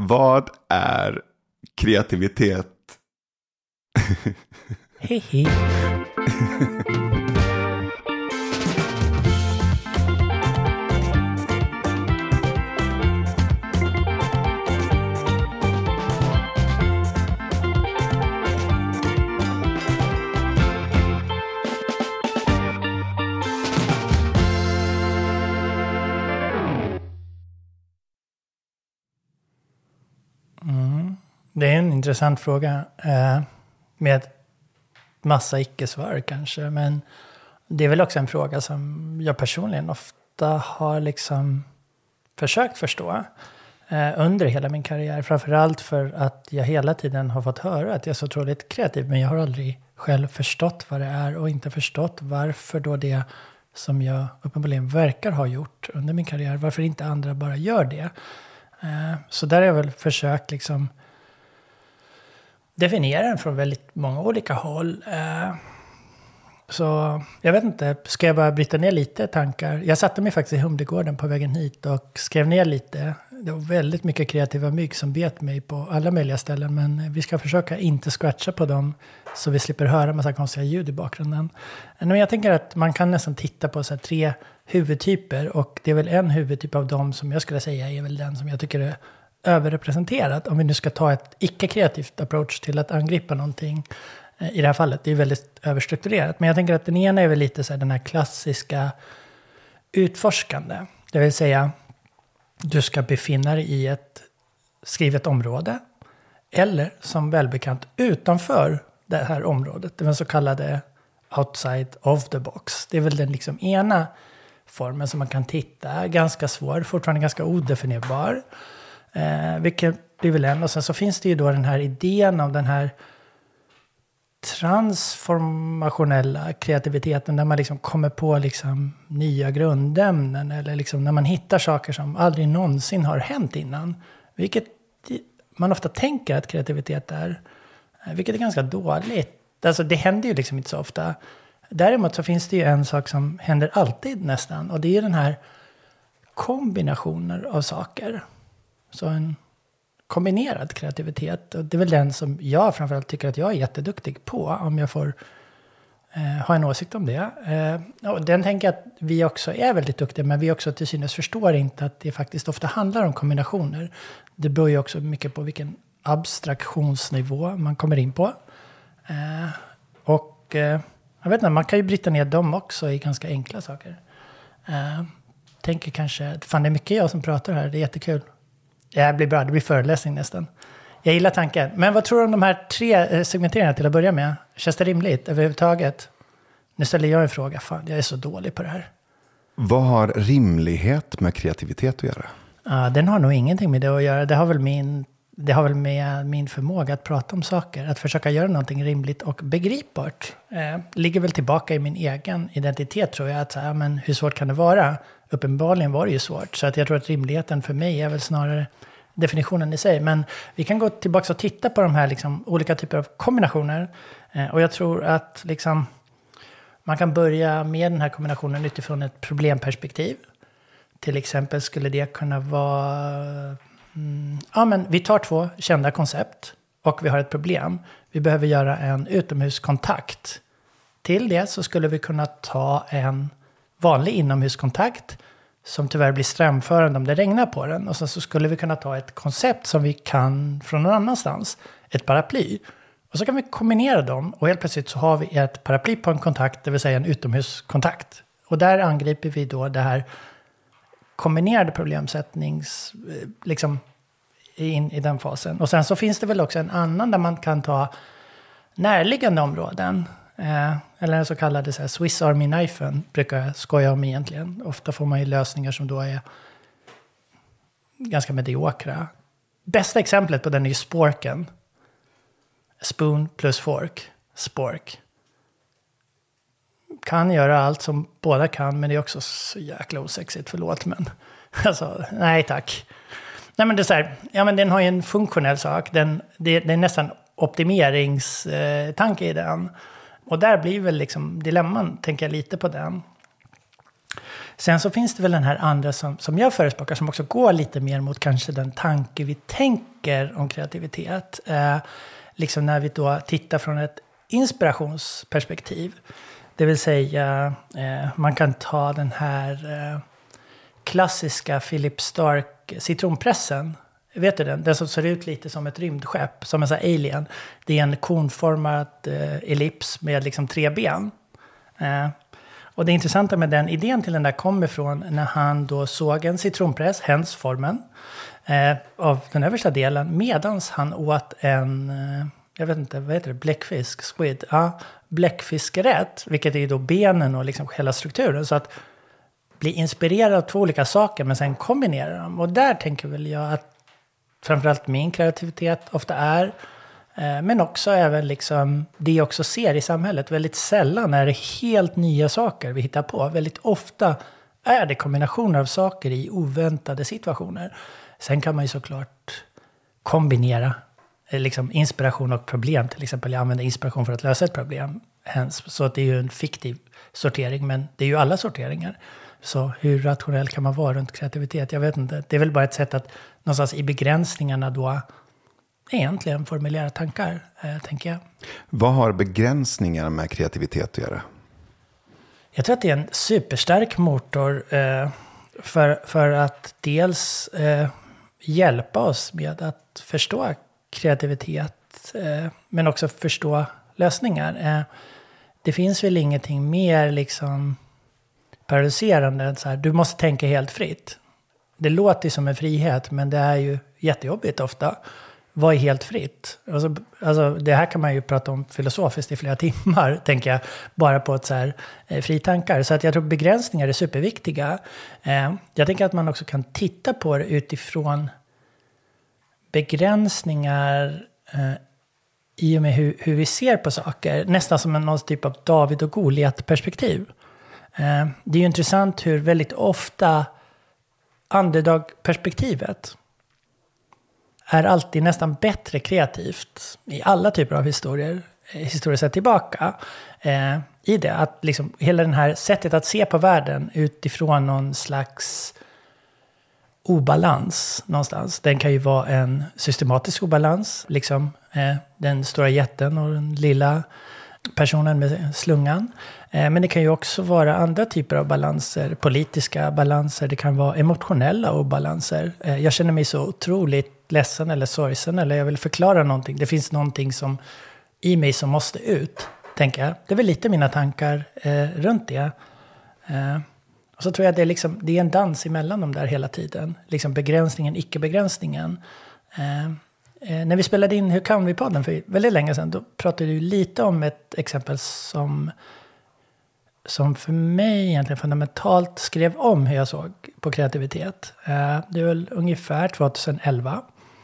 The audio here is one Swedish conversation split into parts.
Vad är kreativitet? Hehe. Det är en intressant fråga med massa icke-svar kanske. Men det är väl också en fråga som jag personligen ofta har liksom försökt förstå under hela min karriär. Framförallt för att jag hela tiden har fått höra att jag är så otroligt kreativ. Men jag har aldrig själv förstått vad det är och inte förstått varför då det som jag uppenbarligen verkar ha gjort under min karriär. Varför inte andra bara gör det. Så där har jag väl försökt liksom definiera den från väldigt många olika håll. Så jag vet inte, ska jag bara bryta ner lite tankar? Jag satte mig faktiskt i Humlegården på vägen hit och skrev ner lite. Det var väldigt mycket kreativa mygg som bet mig på alla möjliga ställen. Men vi ska försöka inte scratcha på dem så vi slipper höra massa konstiga ljud i bakgrunden. Men jag tänker att man kan nästan titta på så här 3 huvudtyper. Och det är väl en huvudtyp av dem som jag skulle säga är väl den som jag tycker är överrepresenterat. Om vi nu ska ta ett icke-kreativt approach till att angripa någonting i det här fallet. Det är väldigt överstrukturerat. Men jag tänker att den ena är väl lite så här den här klassiska utforskande. Det vill säga, du ska befinna dig i ett skrivet område. Eller som välbekant utanför det här området. Det är så kallade outside of the box. Det är väl den liksom ena formen som man kan titta. Ganska svår, fortfarande ganska odefinierbar. Vilket blir väl en. Och sen så finns det ju då den här idén av den här transformationella kreativiteten där man liksom kommer på liksom nya grundämnen eller liksom när man hittar saker som aldrig någonsin har hänt innan. Vilket man ofta tänker att kreativitet är. Vilket är ganska dåligt. Alltså det händer ju liksom inte så ofta. Däremot så finns det ju en sak som händer alltid nästan. Och det är den här kombinationer av saker. Så en kombinerad kreativitet. Och det är väl den som jag framförallt tycker att jag är jätteduktig på. Om jag får ha en åsikt om det. Och den tänker jag att vi också är väldigt duktiga. Men vi också till synes förstår inte att det faktiskt ofta handlar om kombinationer. Det beror ju också mycket på vilken abstraktionsnivå man kommer in på. Och jag vet inte, man kan ju bryta ner dem också i ganska enkla saker. Tänker kanske, fan det är mycket jag som pratar här, det är jättekul. Det blir bra, det blir föreläsning nästan. Jag gillar tanken. Men vad tror du om de här 3 segmenteringarna till att börja med? Känns det rimligt överhuvudtaget? Nu ställer jag en fråga, fan jag är så dålig på det här. Vad har rimlighet med kreativitet att göra? Den har nog ingenting med det att göra. Det har väl med min förmåga att prata om saker. Att försöka göra någonting rimligt och begripbart. Ligger väl tillbaka i min egen identitet tror jag. Att så här, men hur svårt kan det vara? Uppenbarligen var det ju svårt. Så att jag tror att rimligheten för mig är väl snarare definitionen i sig. Men vi kan gå tillbaka och titta på de här liksom, olika typer av kombinationer. Och jag tror att liksom, man kan börja med den här kombinationen utifrån ett problemperspektiv. Till exempel skulle det kunna vara... men vi tar 2 kända koncept och vi har ett problem. Vi behöver göra en utomhuskontakt. Till det så skulle vi kunna ta en vanlig inomhuskontakt som tyvärr blir strömförande om det regnar på den. Och sen så skulle vi kunna ta ett koncept som vi kan från någon annanstans, ett paraply. Och så kan vi kombinera dem och helt plötsligt så har vi ett paraply på en kontakt, det vill säga en utomhuskontakt. Och där angriper vi då det här kombinerade problemsättnings liksom in i den fasen. Och sen så finns det väl också en annan där man kan ta närliggande områden. Eller den så kallade så här, Swiss Army Knifen brukar jag skoja om egentligen. Ofta får man ju lösningar som då är ganska mediokra. Bästa exemplet på den är ju sporken. Spoon plus fork. Spork. Kan göra allt som båda kan, men det är också så jäkla osexigt, förlåt men. Alltså, nej tack. Nej men det är så här, ja men den har ju en funktionell sak. Det är nästan optimeringstanke i den. Och där blir väl liksom dilemman, tänker jag lite på den. Sen så finns det väl den här andra som jag förespråkar som också går lite mer mot kanske den tanke vi tänker om kreativitet. Liksom när vi då tittar från ett inspirationsperspektiv. Det vill säga man kan ta den här klassiska Philip Stark citronpressen. Vet du den? Den som ser ut lite som ett rymdskepp, som en sån här alien. Det är en konformad ellips med liksom 3 ben. Och det intressanta med den idén till den där kommer från när han då såg en citronpress, hens-formen, av den översta delen, medans han åt en, jag vet inte, vad heter det, bläckfisk, squid, bläckfiskrätt, vilket är ju då benen och liksom hela strukturen. Så att bli inspirerad av 2 olika saker men sen kombinera dem. Och där tänker väl jag att framförallt min kreativitet ofta är, men också även liksom det jag också ser i samhället. Väldigt sällan är det helt nya saker vi hittar på. Väldigt ofta är det kombinationer av saker i oväntade situationer. Sen kan man ju såklart kombinera liksom inspiration och problem. Till exempel jag använder inspiration för att lösa ett problem. Så att det är ju en fiktiv sortering, men det är ju alla sorteringar. Så hur rationell kan man vara runt kreativitet? Jag vet inte. Det är väl bara ett sätt att någonstans i begränsningarna då egentligen formulera tankar, tänker jag. Vad har begränsningar med kreativitet att göra? Jag tror att det är en superstark motor för att dels hjälpa oss med att förstå kreativitet, men också förstå lösningar. Det finns väl ingenting mer liksom paralyserande än så här, du måste tänka helt fritt. Det låter som en frihet, men det är ju jättejobbigt ofta. Vad är helt fritt? Alltså, det här kan man ju prata om filosofiskt i flera timmar, tänker jag, bara på ett så här fritankar. Så att jag tror begränsningar är superviktiga. Jag tänker att man också kan titta på det utifrån begränsningar i och med hur vi ser på saker. Nästan som någon typ av David och Goliat-perspektiv. Det är ju intressant hur väldigt ofta underdog-perspektivet är alltid nästan bättre kreativt i alla typer av historier sett tillbaka. I det att liksom hela den här sättet att se på världen utifrån någon slags obalans någonstans. Den kan ju vara en systematisk obalans, liksom den stora jätten och den lilla personen med slungan. Men det kan ju också vara andra typer av balanser, politiska balanser, det kan vara emotionella obalanser. Jag känner mig så otroligt ledsen eller sorgsen, eller jag vill förklara någonting. Det finns någonting som i mig som måste ut, tänker jag. Det är väl lite mina tankar runt det. Och så tror jag att det är en dans emellan dem där hela tiden. Liksom begränsningen, icke-begränsningen. När vi spelade in Hur kan vi-podden för väldigt länge sedan, då pratade du lite om ett exempel som för mig egentligen fundamentalt skrev om hur jag såg på kreativitet. Det är väl ungefär 2011.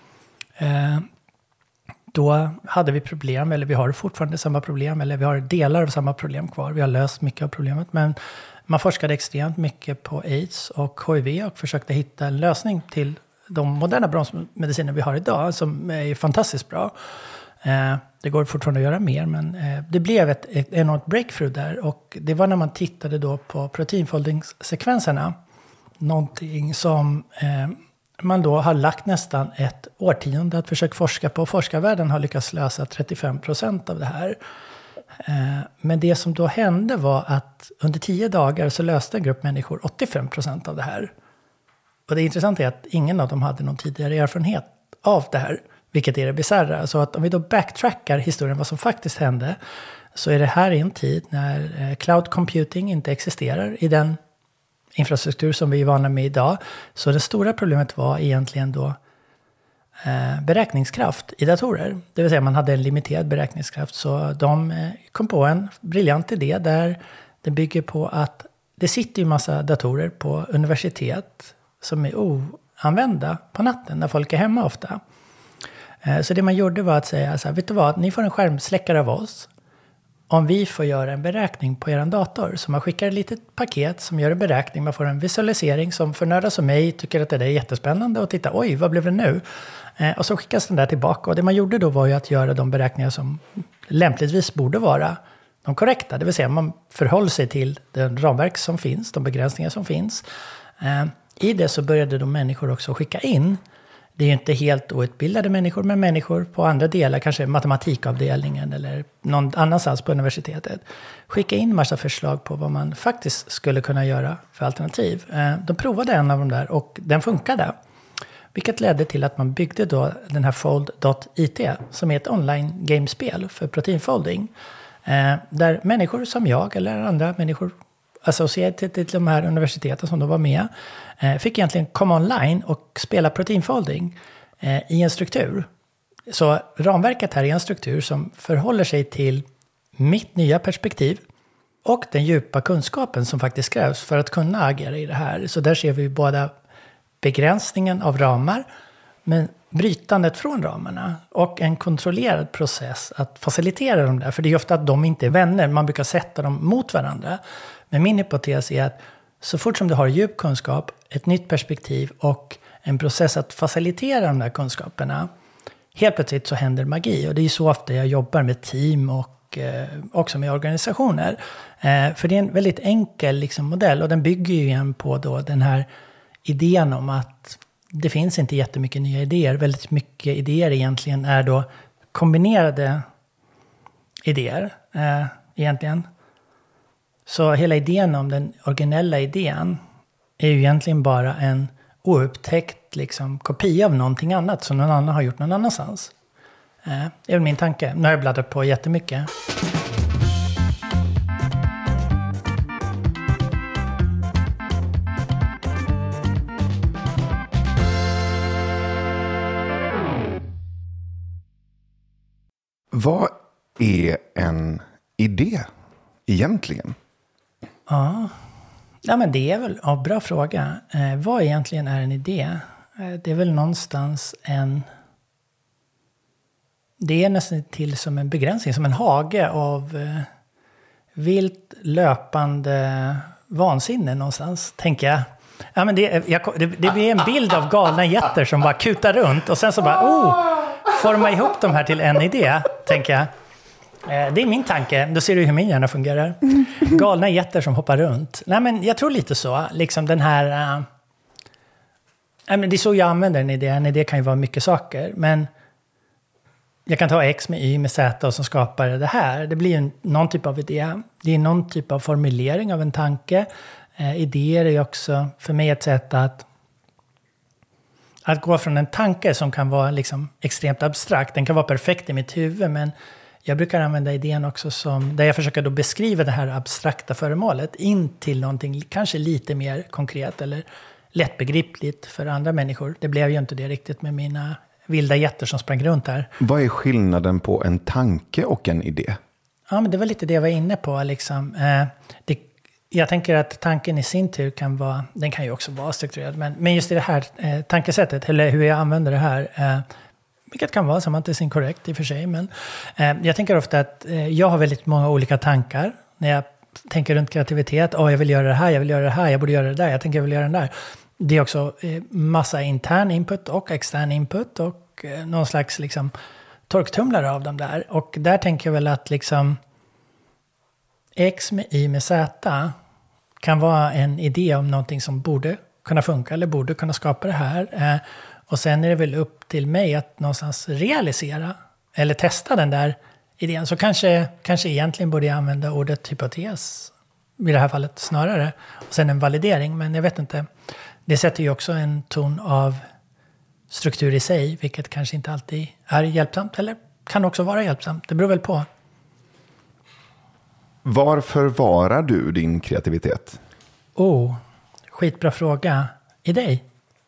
Då hade vi problem, eller vi har fortfarande samma problem, eller vi har delar av samma problem kvar. Vi har löst mycket av problemet, men man forskade extremt mycket på AIDS och HIV och försökte hitta en lösning till de moderna bromsmediciner vi har idag, som är fantastiskt bra. Det går fortfarande att göra mer, men det blev ett enormt breakthrough där. Och det var när man tittade då på proteinfolding-sekvenserna. Någonting som man då har lagt nästan ett årtionde att försöka forska på. Forskarvärlden har lyckats lösa 35% av det här. Men det som då hände var att under 10 dagar så löste en grupp människor 85% av det här. Och det intressanta är att ingen av dem hade någon tidigare erfarenhet av det här. Vilket är det bizarra. Så att om vi då backtrackar historien vad som faktiskt hände, så är det här i en tid när cloud computing inte existerar i den infrastruktur som vi är vana med idag. Så det stora problemet var egentligen då beräkningskraft i datorer. Det vill säga man hade en limiterad beräkningskraft. Så de kom på en briljant idé där det bygger på att det sitter ju massa datorer på universitet som är oanvända på natten när folk är hemma ofta. Så det man gjorde var att säga så här, vet du vad, ni får en skärmsläckare av oss om vi får göra en beräkning på er dator. Så man skickar ett litet paket som gör en beräkning, man får en visualisering som för nördar som mig tycker att det är jättespännande och titta, oj, vad blev det nu? Och så skickas den där tillbaka. Och det man gjorde då var ju att göra de beräkningar som lämpligtvis borde vara de korrekta. Det vill säga man förhåller sig till den ramverk som finns, de begränsningar som finns. I det så började de människor också skicka in. Det är ju inte helt outbildade människor, men människor på andra delar, kanske matematikavdelningen eller någon annanstans på universitetet. Skicka in massa förslag på vad man faktiskt skulle kunna göra för alternativ. De provade en av dem där och den funkade. Vilket ledde till att man byggde då den här Fold.it som är ett online-gamespel för proteinfolding. Där människor som jag eller andra människor associerade till de här universiteten som då var med fick egentligen komma online och spela proteinfolding i en struktur. Så ramverket här är en struktur som förhåller sig till mitt nya perspektiv och den djupa kunskapen som faktiskt krävs för att kunna agera i det här. Så där ser vi båda begränsningen av ramar, men brytandet från ramarna och en kontrollerad process att facilitera dem där. För det är ju ofta att de inte är vänner, man brukar sätta dem mot varandra. Men min hypotes är att så fort som du har djup kunskap, ett nytt perspektiv och en process att facilitera de där kunskaperna, helt plötsligt så händer magi. Och det är ju så ofta jag jobbar med team och också med organisationer. För det är en väldigt enkel liksom, modell och den bygger ju igen på då den här idén om att det finns inte jättemycket nya idéer. Väldigt mycket idéer egentligen är då kombinerade idéer egentligen. Så hela idén om den originella idén är ju egentligen bara en oupptäckt liksom, kopia av någonting annat som någon annan har gjort någon annanstans. Det är väl min tanke. Nu har jag bladdat på jättemycket. Vad är en idé egentligen? Ja, men det är väl en bra fråga. Vad egentligen är en idé? Det är väl någonstans det är nästan till som en begränsning, som en hage av vilt löpande vansinne någonstans, tänker jag. Ja, men det blir en bild av galna jätter som bara kutar runt och sen så bara, forma ihop de här till en idé, tänker jag. Det är min tanke. Då ser du hur min hjärna fungerar. Galna jätter som hoppar runt. Nej, men jag tror lite så. Liksom den här... det är så jag använder en idé. En idé kan ju vara mycket saker. Men jag kan ta X med Y med Z och som skapar det här. Det blir någon typ av idé. Det är någon typ av formulering av en tanke. Idéer är också för mig ett sätt att gå från en tanke som kan vara liksom extremt abstrakt. Den kan vara perfekt i mitt huvud, men jag brukar använda idén också som där jag försöker då beskriva det här abstrakta föremålet in till någonting kanske lite mer konkret eller lättbegripligt för andra människor. Det blev ju inte det riktigt med mina vilda jätter som sprang runt här. Vad är skillnaden på en tanke och en idé? Ja, men det var lite det jag var inne på. Liksom. Jag tänker att tanken i sin tur den kan ju också vara strukturerad. Men just i det här tankesättet, eller hur jag använder det här, vilket kan vara semantiskt inkorrekt i och för sig. Men jag tänker ofta att jag har väldigt många olika tankar när jag tänker runt kreativitet. Jag vill göra det här, jag vill göra det här, jag borde göra det där, jag tänker jag vill göra det där. Det är också massa intern input och extern input och någon slags liksom, torktumlare av dem där. Och där tänker jag väl att liksom, X med Y med Z kan vara en idé om någonting som borde kunna funka eller borde kunna skapa det här. Och sen är det väl upp till mig att någonstans realisera eller testa den där idén. Så kanske egentligen borde jag använda ordet hypotes i det här fallet snarare. Och sen en validering, men jag vet inte. Det sätter ju också en ton av struktur i sig, vilket kanske inte alltid är hjälpsamt eller kan också vara hjälpsamt. Det beror väl på. Var förvarar du din kreativitet? Skitbra fråga. I dig?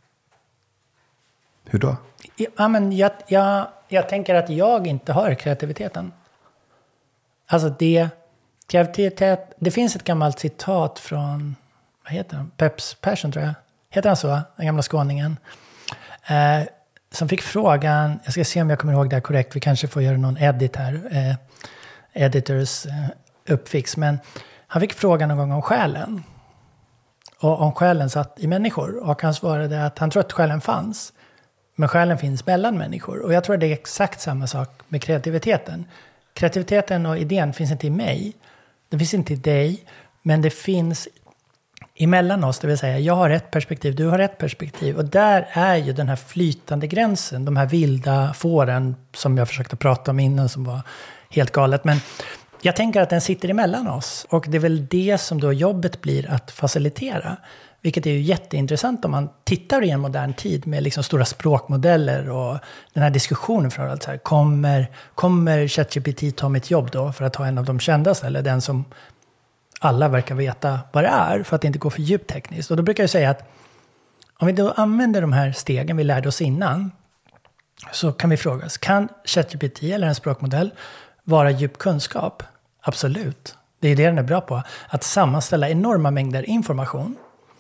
Hur då? Ja, men jag tänker att jag inte har kreativiteten. Alltså kreativitet, det finns ett gammalt citat från, vad heter han? Peps Persson tror jag. Heter han så? Den gamla skåningen. Som fick frågan, jag ska se om jag kommer ihåg det här korrekt. Vi kanske får göra någon edit här. Editors uppfix. Men han fick frågan någon gång om själen. Och om själen satt i människor. Och han svarade att han tror att själen fanns. Men själen finns mellan människor. Och jag tror att det är exakt samma sak med kreativiteten. kreativiteten och idén finns inte i mig. Det finns inte i dig. Men det finns emellan oss, det vill säga jag har ett perspektiv, du har ett perspektiv. Och där är ju den här flytande gränsen, de här vilda fåren som jag försökte prata om innan som var helt galet. Men jag tänker att den sitter emellan oss. Och det är väl det som då jobbet blir att facilitera. Vilket är ju jätteintressant om man tittar i en modern tid med liksom stora språkmodeller och den här diskussionen från allt så här. Kommer ChatGPT ta mitt jobb då för att ta en av de kändaste eller den som alla verkar veta vad det är för att det inte går för djupt tekniskt. Och då brukar jag säga att om vi då använder de här stegen vi lärde oss innan så kan vi fråga oss, kan ChatGPT eller en språkmodell vara djup kunskap? Absolut. Det är det den är bra på. Att sammanställa enorma mängder information.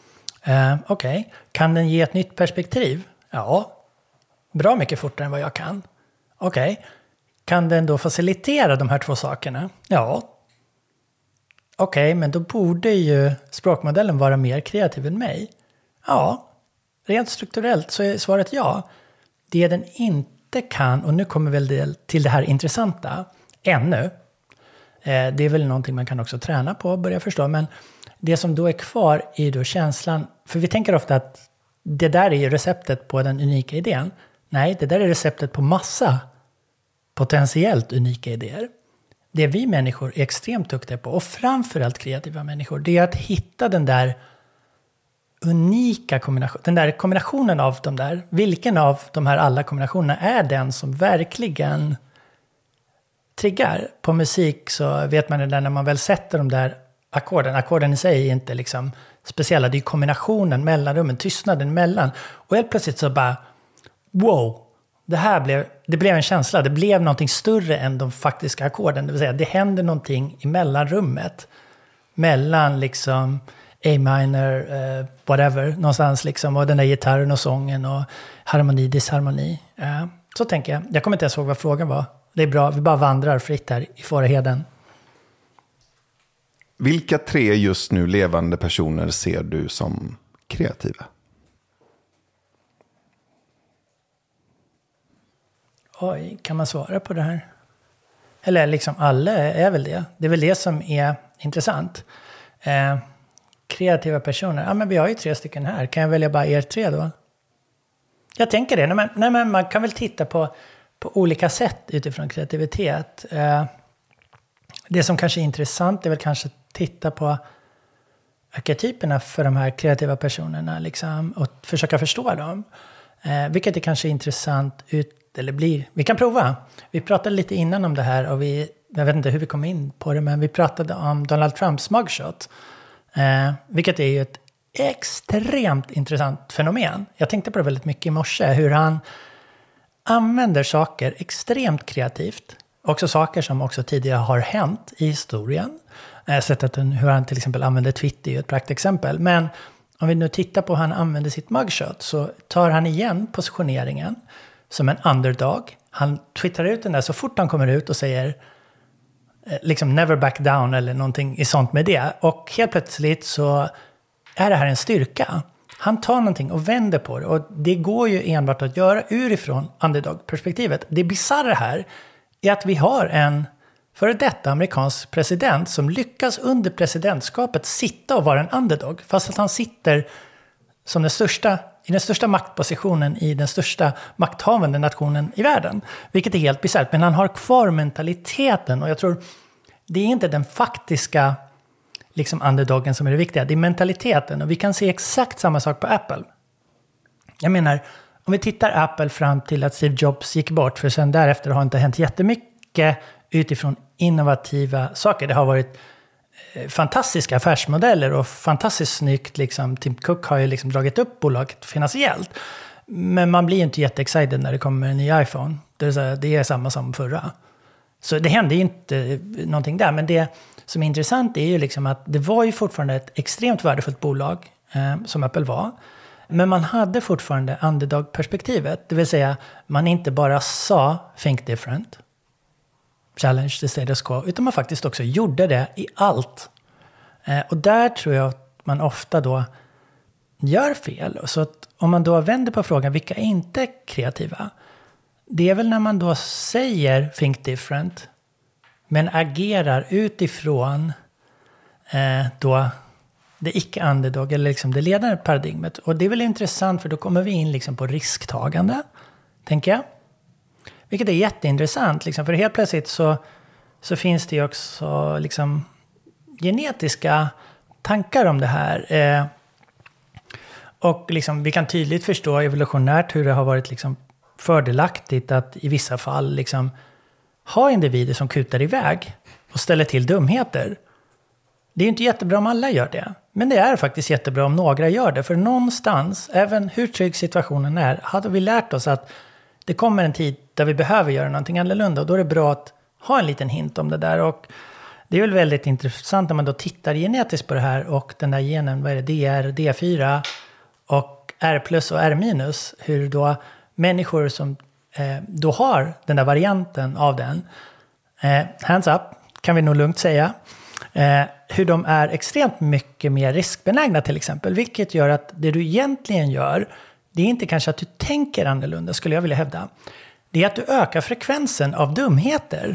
Okej. Kan den ge ett nytt perspektiv? Ja. Bra mycket fortare än vad jag kan. Okej. Kan den då facilitera de här två sakerna? Ja. Okej, men då borde ju språkmodellen vara mer kreativ än mig. Ja. Rent strukturellt så är svaret ja. Det den inte kan, och nu kommer väl till det här intressanta, ännu. Det är väl någonting man kan också träna på och börja förstå. Men det som då är kvar är då känslan. För vi tänker ofta att det där är ju receptet på den unika idén. Nej, det där är receptet på massa potentiellt unika idéer. Det vi människor är extremt duktiga på, och framförallt kreativa människor, det är att hitta den där unika kombinationen. Den där kombinationen av de där. Vilken av de här alla kombinationerna är den som verkligen triggar? På musik så vet man det där när man väl sätter de där ackorden. Ackorden i sig är inte liksom speciella. Det är kombinationen, mellanrummen, tystnaden mellan. Och helt plötsligt så bara, wow, det blev en känsla. Det blev någonting större än de faktiska ackorden. Det vill säga, det händer någonting i mellanrummet. Mellan liksom A minor, whatever, någonstans liksom. Och den där gitarren och sången och harmoni, disharmoni. Så tänker jag. Jag kommer inte ens ihåg vad frågan var. Det är bra, vi bara vandrar fritt här i Fåraheden. Vilka 3 just nu levande personer ser du som kreativa? Oj, kan man svara på det här? Eller liksom alla är väl det. Det är väl det som är intressant. Kreativa personer. Ja, men vi har ju 3 stycken här. Kan jag välja bara er 3 då? Jag tänker det. Nej, men man kan väl titta på olika sätt utifrån kreativitet. Det som kanske är intressant är väl kanske titta på arketyperna för de här kreativa personerna liksom, och försöka förstå dem. Vilket är kanske intressant eller blir. Vi kan prova. Vi pratade lite innan om det här och jag vet inte hur vi kom in på det, men vi pratade om Donald Trumps mugshot. Vilket är ju ett extremt intressant fenomen. Jag tänkte på det väldigt mycket i morse, hur han använder saker extremt kreativt. Också saker som också tidigare har hänt i historien. Sättet hur han till exempel använder Twitter är ju ett praktexempel. Men om vi nu tittar på hur han använder sitt mugshot så tar han igen positioneringen som en underdog. Han twittrar ut den där så fort han kommer ut och säger liksom never back down eller någonting i sånt med det. Och helt plötsligt så är det här en styrka. Han tar någonting och vänder på det. Och det går ju enbart att göra urifrån underdog-perspektivet. Det bizarra här är att vi har en före detta amerikansk president som lyckas under presidentskapet sitta och vara en underdog. Fast att han sitter som i den största maktpositionen i den största makthavande nationen i världen. Vilket är helt bisarrt. Men han har kvar mentaliteten. Och jag tror det är inte den faktiska liksom underdogen som är det viktiga. Det är mentaliteten. Och vi kan se exakt samma sak på Apple. Jag menar, om vi tittar Apple fram till att Steve Jobs gick bort. För sen därefter har inte hänt jättemycket utifrån innovativa saker. Det har varit fantastiska affärsmodeller och fantastiskt snyggt. Liksom, Tim Cook har ju liksom dragit upp bolaget finansiellt. Men man blir inte jätteexcited när det kommer en ny iPhone. Det är samma som förra. Så det hände ju inte någonting där. Men det som är intressant är ju liksom att det var ju fortfarande ett extremt värdefullt bolag som Apple var. Men man hade fortfarande underdog-perspektivet. Det vill säga man inte bara sa think different, challenge the status quo, utan man faktiskt också gjorde det i allt. Och där tror jag att man ofta då gör fel. Så att om man då vänder på frågan, vilka är inte kreativa? Det är väl när man då säger think different men agerar utifrån då det icke-underdog eller liksom det ledande paradigmet. Och det är väl intressant, för då kommer vi in liksom på risktagande, tänker jag. Vilket är jätteintressant, liksom, för helt plötsligt så finns det ju också liksom genetiska tankar om det här. Och liksom, vi kan tydligt förstå evolutionärt hur det har varit liksom fördelaktigt att i vissa fall liksom ha individer som kutar iväg och ställer till dumheter. Det är ju inte jättebra om alla gör det. Men det är faktiskt jättebra om några gör det. För någonstans, även hur trygg situationen är, hade vi lärt oss att det kommer en tid där vi behöver göra någonting annorlunda. Och då är det bra att ha en liten hint om det där. Och det är väl väldigt intressant när man då tittar genetiskt på det här. Och den där genen, vad är det? DR, D4 och R+ och R-. Hur då människor som då har den där varianten av den, hands up, kan vi nog lugnt säga, hur de är extremt mycket mer riskbenägna till exempel. Vilket gör att det du egentligen gör, det är inte kanske att du tänker annorlunda, skulle jag vilja hävda. Det är att du ökar frekvensen av dumheter.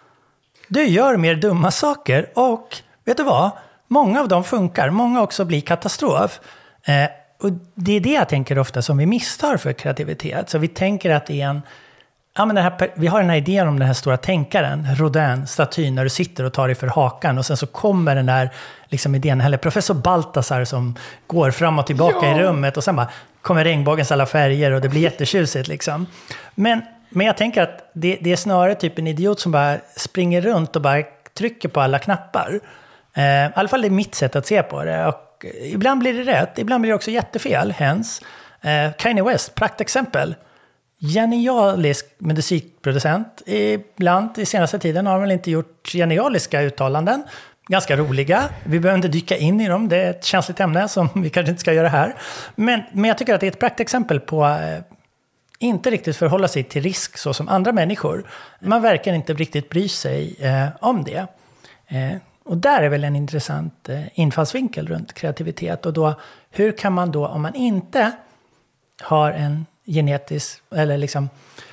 Du gör mer dumma saker och vet du vad? Många av dem funkar, många också blir katastrof. Och det är det jag tänker ofta som vi misstar för kreativitet. Så vi tänker att det är en... Ja, men vi har den här idén om den här stora tänkaren, Rodin, statyn, när du sitter och tar dig för hakan. Och sen så kommer den där liksom idén, eller professor Baltasar som går fram och tillbaka i rummet. Och sen bara kommer regnbågens alla färger och det blir jättetjusigt liksom. Men jag tänker att det är snarare typ en idiot som bara springer runt och bara trycker på alla knappar. I alla fall det är mitt sätt att se på det. Och ibland blir det rätt, ibland blir det också jättefel. Hens, Kanye West, praktexempel. Genialisk musikproducent. Ibland i senaste tiden har han väl inte gjort genialiska uttalanden. Ganska roliga. Vi behöver inte dyka in i dem. Det är ett känsligt ämne som vi kanske inte ska göra här. Men jag tycker att det är ett praktexempel på inte riktigt förhålla sig till risk så som andra människor. Man verkar inte riktigt bry sig om det. Och där är väl en intressant infallsvinkel runt kreativitet. Och då, hur kan man då, om man inte har en genetisk eller liksom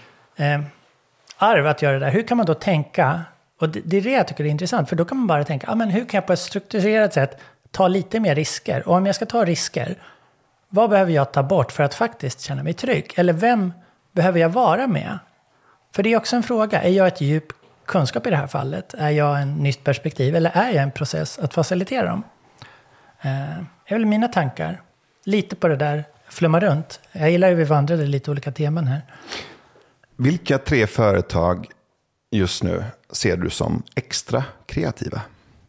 arv att göra det där, hur kan man då tänka, och det är det jag tycker är intressant, för då kan man bara tänka, men hur kan jag på ett strukturerat sätt ta lite mer risker, och om jag ska ta risker, vad behöver jag ta bort för att faktiskt känna mig trygg, eller vem behöver jag vara med? För det är också en fråga, är jag ett djup kunskap i det här fallet, är jag en nytt perspektiv, eller är jag en process att facilitera dem? Det är väl mina tankar, lite på det där flumma runt. Jag gillar ju vi vandrade lite olika teman här. Vilka 3 företag just nu ser du som extra kreativa?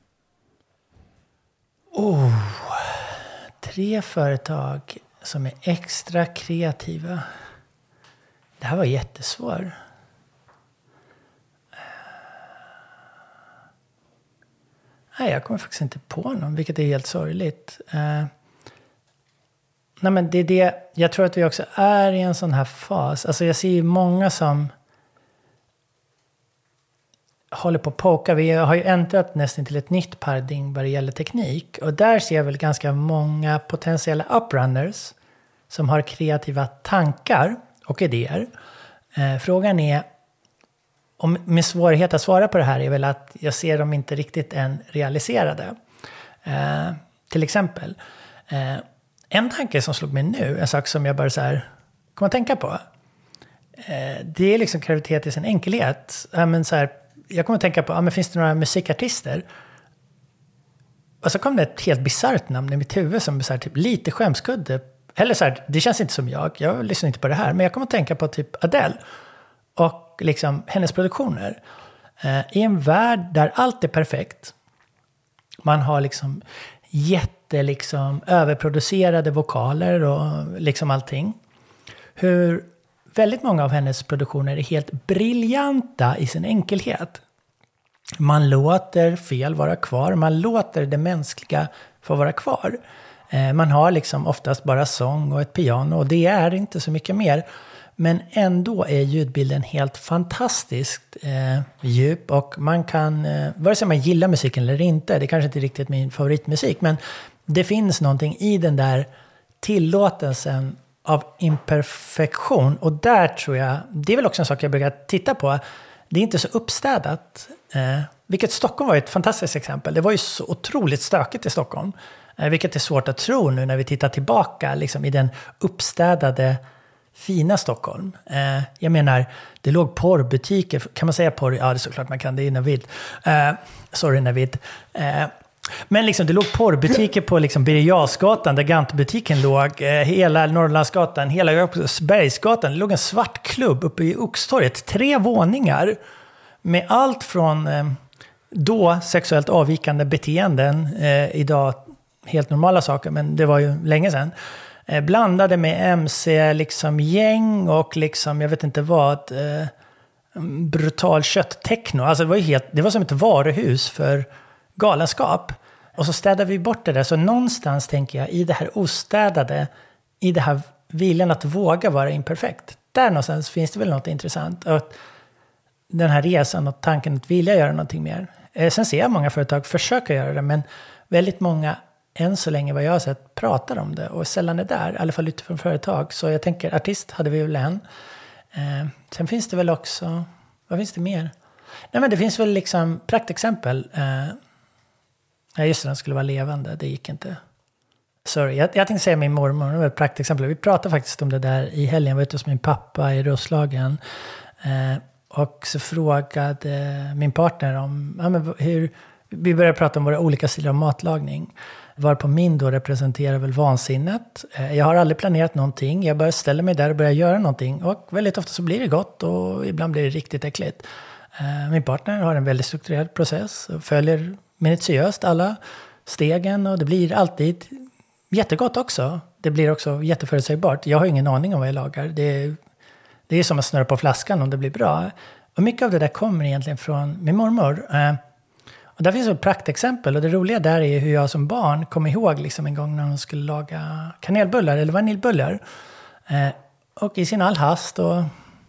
3 företag som är extra kreativa. Det här var jättesvårt. Nej, jag kommer faktiskt inte på någon, vilket är helt sorgligt. Nej, men det är det. Jag tror att vi också är i en sån här fas. Alltså jag ser ju många som håller på att poka. Vi har ju äntrat nästan till ett nytt paradigm vad det gäller teknik. Och där ser jag väl ganska många potentiella uprunners som har kreativa tankar och idéer. Frågan är, om min svårighet att svara på det här är väl att jag ser dem inte riktigt än realiserade. Till exempel... En tanke som slog mig nu, en sak som jag bara så här kommer att tänka på. Det är liksom kreativitet i sin enkelhet. Men så här, jag kommer att tänka på, men finns det några musikartister? Och så kom det ett helt bizarrt namn i mitt huvud som så här, typ lite skämskudde. Eller så här, det känns inte som jag lyssnar inte på det här. Men jag kommer att tänka på typ Adele och liksom hennes produktioner. I en värld där allt är perfekt. Man har liksom liksom överproducerade vokaler och liksom allting. Hur väldigt många av hennes produktioner är helt briljanta i sin enkelhet. Man låter fel vara kvar, man låter det mänskliga få vara kvar. Man har liksom oftast bara sång och ett piano och det är inte så mycket mer. Men ändå är ljudbilden helt fantastiskt djup och man kan, vare sig man gillar musiken eller inte, det kanske inte är riktigt min favoritmusik, men det finns någonting i den där tillåtelsen av imperfektion och där tror jag, det är väl också en sak jag brukar titta på. det är inte så uppstädat. Vilket Stockholm var ett fantastiskt exempel. Det var ju så otroligt stökigt i Stockholm. Vilket är svårt att tro nu när vi tittar tillbaka liksom, i den uppstädade fina Stockholm. Jag menar, det låg porrbutiker. Kan man säga porr? Ja, det är såklart man kan. Det är Navid. Sorry Navid. Men liksom, det låg porrbutiker på liksom Birger Jarlsgatan, där Gantbutiken låg. Hela Norrlandsgatan, hela Bergsgatan. Det låg en svart klubb uppe i Oxtorget. 3 våningar. Med allt från då sexuellt avvikande beteenden. Idag helt normala saker, men det var ju länge sedan. Blandade med MC liksom gäng och liksom, jag vet inte vad, brutal kötttechno. Alltså det var som ett varuhus för galenskap. Och så städade vi bort det där. Så någonstans tänker jag, i det här ostädade, i det här viljan att våga vara imperfekt. Där någonstans finns det väl något intressant. Och den här resan och tanken att vilja göra någonting mer. Sen ser jag många företag försöka göra det, men väldigt många än så länge vad jag har sett pratar om det och sällan är där, i alla fall utifrån företag. Så jag tänker, artist hade vi väl en. Sen finns det väl också, vad finns det mer? Nej, men det finns väl liksom praktexempel. Ja, just det, den skulle vara levande, det gick inte. Sorry, jag tänkte säga min mormor, det var ett praktexempel. Vi pratade faktiskt om det där i helgen, jag var ute hos min pappa i Roslagen. Och så frågade min partner om hur vi började prata om våra olika stilar av matlagning. Varpå min då representerar väl vansinnet. Jag har aldrig planerat någonting. Jag bara ställer mig där och börjar göra någonting. Och väldigt ofta så blir det gott och ibland blir det riktigt äckligt. Min partner har en väldigt strukturerad process och följer minutiöst alla stegen. Och det blir alltid jättegott också. Det blir också jätteförutsägbart. Jag har ingen aning om vad jag lagar. Det är som att snurra på flaskan om det blir bra. Och mycket av det där kommer egentligen från min mormor. Och där finns ett praktexempel. Och det roliga där är hur jag som barn kom ihåg liksom en gång när hon skulle laga kanelbullar eller vaniljbullar. Och i sin all hast och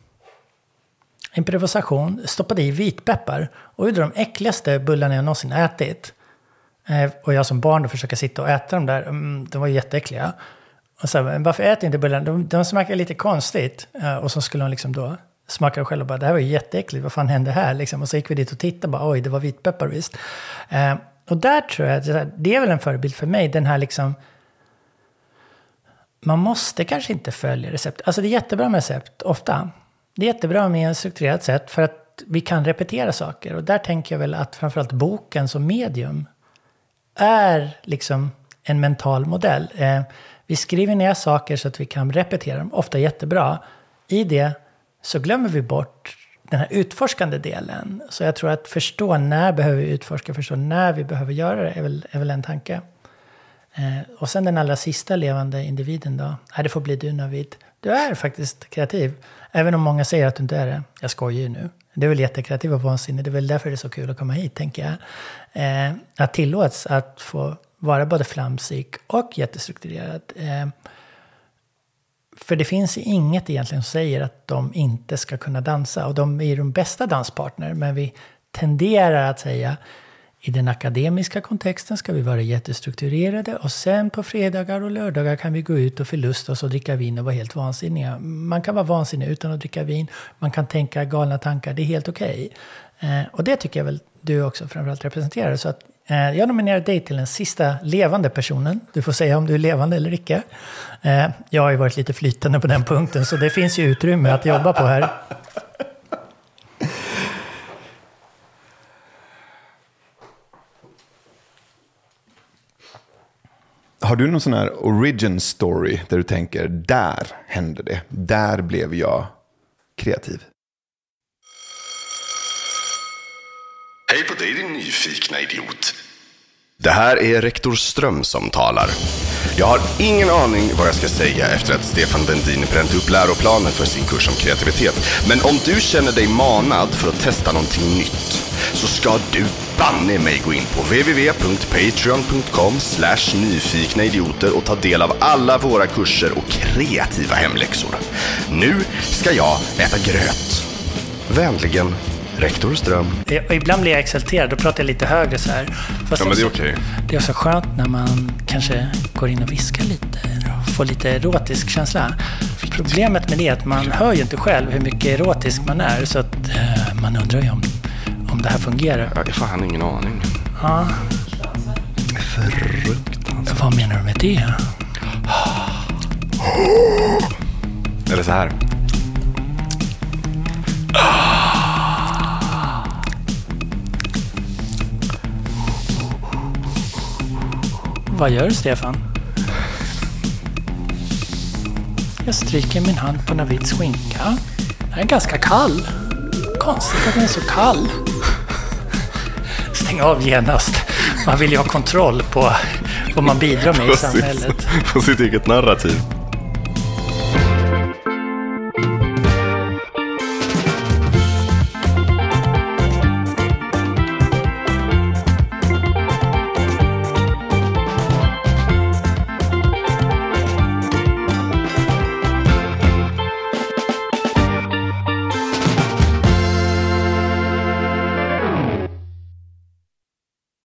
improvisation stoppade i vitpeppar. Och gjorde de äckligaste bullarna jag någonsin ätit. Och jag som barn då försöker sitta och äta dem där. De var jätteäckliga. Och så varför äter inte bullarna? De smakar lite konstigt. Och så skulle hon liksom då smaka själv och bara, det här var ju jätteäckligt, vad fan hände här? Liksom. Och så gick vi dit och tittade, bara, oj, det var vitpeppar visst. Och där tror jag, det är väl en förebild för mig, den här liksom, man måste kanske inte följa recept. Alltså det är jättebra med recept, ofta. Det är jättebra med en strukturerat sätt, för att vi kan repetera saker. Och där tänker jag väl att framförallt boken som medium är liksom en mental modell. Vi skriver ner saker så att vi kan repetera dem, ofta jättebra. I det så glömmer vi bort den här utforskande delen. Så jag tror att förstå när behöver vi utforska, förstå när vi behöver göra det är väl en tanke. Och sen den allra sista levande individen då. Det får bli du, Navid. Du är faktiskt kreativ. Även om många säger att du inte är det. Jag skojar ju nu. Det är väl jättekreativ och vansinnig. Det är väl därför det är så kul att komma hit, tänker jag. Att tillåts att få vara både flamsig och jättestrukturerad. För det finns inget egentligen som säger att de inte ska kunna dansa. Och de är de bästa danspartner. Men vi tenderar att säga, i den akademiska kontexten ska vi vara jättestrukturerade. Och sen på fredagar och lördagar kan vi gå ut och förlusta oss och dricka vin och vara helt vansinniga. Man kan vara vansinnig utan att dricka vin. Man kan tänka galna tankar. Det är helt okej. Och det tycker jag väl du också framförallt representerar. Så att jag nominerar dig till den sista levande personen. Du får säga om du är levande eller icke. Jag har ju varit lite flytande på den punkten, så det finns ju utrymme att jobba på här. Har du någon sån här origin story där du tänker, där hände det, där blev jag kreativ? Hej på dig, din nyfikna idiot. Det här är rektor Ström som talar. Jag har ingen aning vad jag ska säga efter att Stefan Bendin bränt upp läroplanen för sin kurs om kreativitet. Men om du känner dig manad för att testa någonting nytt, så ska du banne mig gå in på www.patreon.com/nyfiknaidioter och ta del av alla våra kurser och kreativa hemläxor. Nu ska jag äta gröt. Vänligen, rektor Ström. Ibland blir jag exalterad, då pratar jag lite högre så här. Fast men det är okej. Det är så skönt när man kanske går in och viskar lite, får lite erotisk känsla. Problemet med det är att man hör ju inte själv hur mycket erotisk man är, så att Man undrar ju om det här fungerar. Jag har fan ingen aning. Ja. Fruktansvärt. Vad menar du med det? Eller så här. Vad gör du, Stefan? Jag stryker min hand på Navids skinka. Den är ganska kall. Konstigt att den är så kall. Stäng av genast. Man vill ju ha kontroll på vad man bidrar med i samhället. På sitt eget narrativ.